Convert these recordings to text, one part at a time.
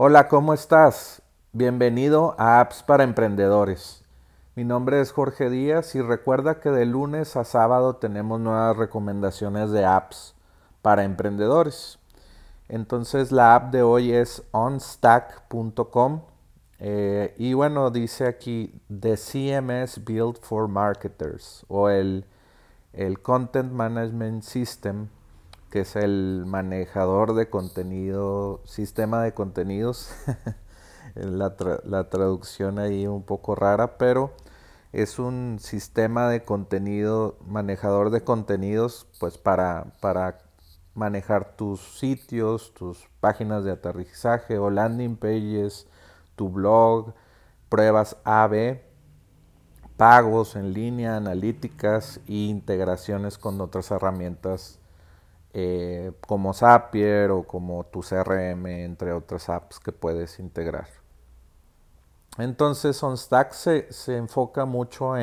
Hola, ¿cómo estás? Bienvenido a Apps para Emprendedores. Mi nombre es Jorge Díaz y recuerda que de lunes a sábado tenemos nuevas recomendaciones de apps para emprendedores. Entonces la app de hoy es onstack.com y bueno, dice aquí The CMS Built for Marketers o el Content Management System, que es el manejador de contenido, sistema de contenidos. La traducción ahí un poco rara, pero es un sistema de contenido, manejador de contenidos, pues para manejar tus sitios, tus páginas de aterrizaje o landing pages, tu blog, pruebas A/B, pagos en línea, analíticas e integraciones con otras herramientas como Zapier o como tu CRM, entre otras apps que puedes integrar. Entonces OnStack se enfoca mucho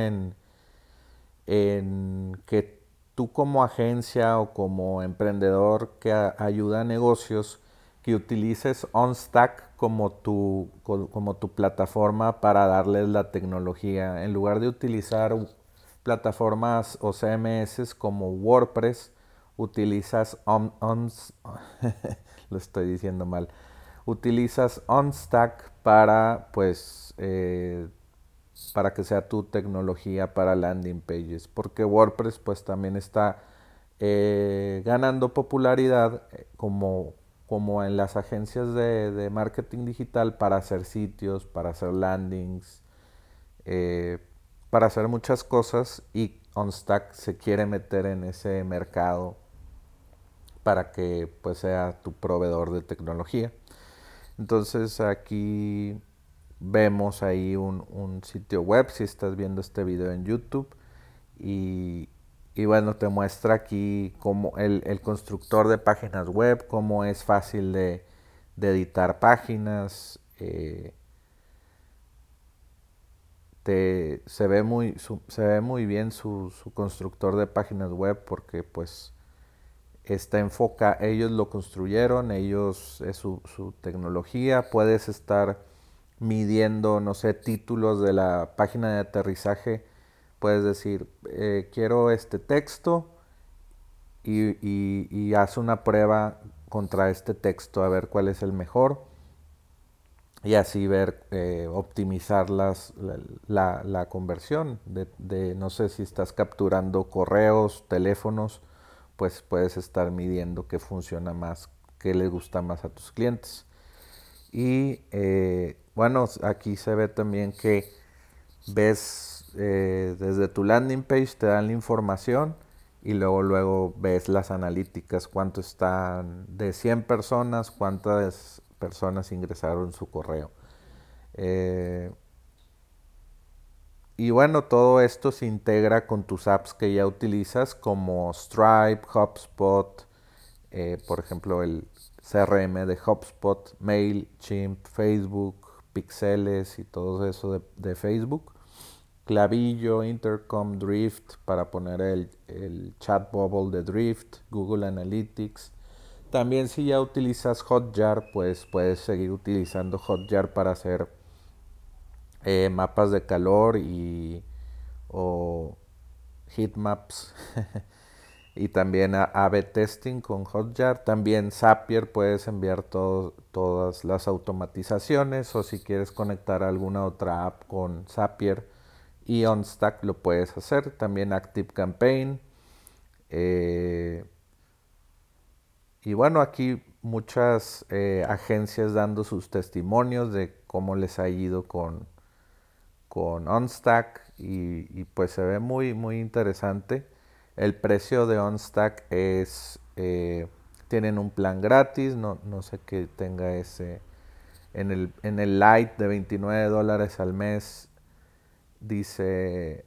en que tú como agencia o como emprendedor que ayuda a negocios, que utilices OnStack como tu plataforma para darles la tecnología. En lugar de utilizar plataformas o CMS como WordPress, utilizas lo estoy diciendo mal, utilizas OnStack para para que sea tu tecnología para landing pages, porque WordPress pues también está ganando popularidad como en las agencias de marketing digital para hacer sitios, para hacer landings, eh, para hacer muchas cosas, y OnStack se quiere meter en ese mercado para que pues sea tu proveedor de tecnología. Entonces aquí vemos ahí un sitio web si estás viendo este video en YouTube y, y bueno, te muestra aquí cómo el constructor de páginas web, cómo es fácil de editar páginas. Se ve muy bien su constructor de páginas web porque pues ellos lo construyeron, ellos es su tecnología, puedes estar midiendo, no sé, títulos de la página de aterrizaje, puedes decir, quiero este texto y haz una prueba contra este texto a ver cuál es el mejor y así ver, optimizar la conversión no sé si estás capturando correos, teléfonos, pues puedes estar midiendo qué funciona más, qué le gusta más a tus clientes. Y bueno, aquí se ve también que ves desde tu landing page, te dan la información y luego ves las analíticas, cuánto están de 100 personas, cuántas personas ingresaron su correo. Eh, y bueno, todo esto se integra con tus apps que ya utilizas como Stripe, HubSpot, por ejemplo el CRM de HubSpot, MailChimp, Facebook, Pixeles y todo eso de Facebook. Clavillo, Intercom, Drift para poner el chat bubble de Drift, Google Analytics. También si ya utilizas Hotjar, pues puedes seguir utilizando Hotjar para hacer mapas de calor o heat maps y también A/B testing con Hotjar. También Zapier puedes enviar todas las automatizaciones, o si quieres conectar alguna otra app con Zapier y OnStack lo puedes hacer. También ActiveCampaign. Eh, y bueno, aquí muchas agencias dando sus testimonios de cómo les ha ido con OnStack y pues se ve muy interesante. El precio de OnStack tienen un plan gratis, no sé qué tenga ese. En el Lite de $29 al mes dice,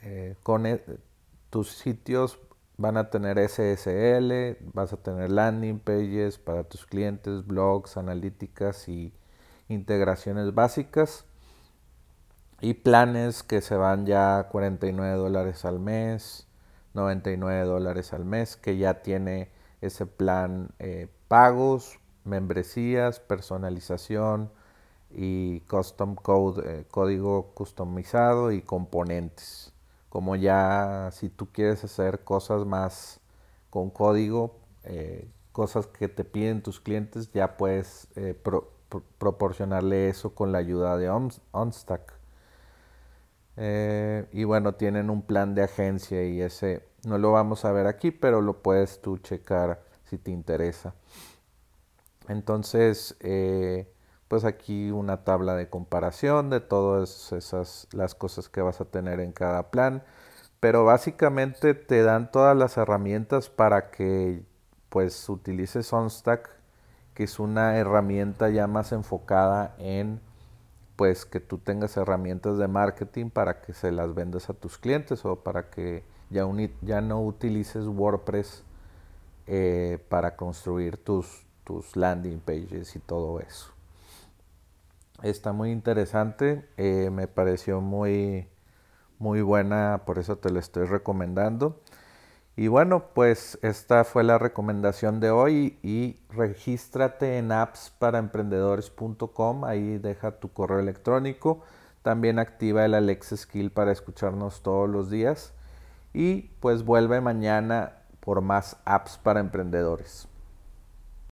tus sitios van a tener SSL, vas a tener landing pages para tus clientes, blogs, analíticas y integraciones básicas. Y planes que se van ya a $49 al mes, $99 al mes, que ya tiene ese plan pagos, membresías, personalización y custom code, código customizado y componentes. Como ya si tú quieres hacer cosas más con código, cosas que te piden tus clientes, ya puedes proporcionarle eso con la ayuda de OnStack. Y bueno, tienen un plan de agencia y ese no lo vamos a ver aquí, pero lo puedes tú checar si te interesa. Entonces, pues aquí una tabla de comparación de todas esas las cosas que vas a tener en cada plan, pero básicamente te dan todas las herramientas para que pues utilices OnStack, que es una herramienta ya más enfocada en pues que tú tengas herramientas de marketing para que se las vendas a tus clientes o para que ya no utilices WordPress para construir tus landing pages y todo eso. Está muy interesante, me pareció muy buena, por eso te lo estoy recomendando. Y bueno, pues esta fue la recomendación de hoy y regístrate en appsparaemprendedores.com, ahí deja tu correo electrónico, también activa el Alexa Skill para escucharnos todos los días y pues vuelve mañana por más apps para emprendedores.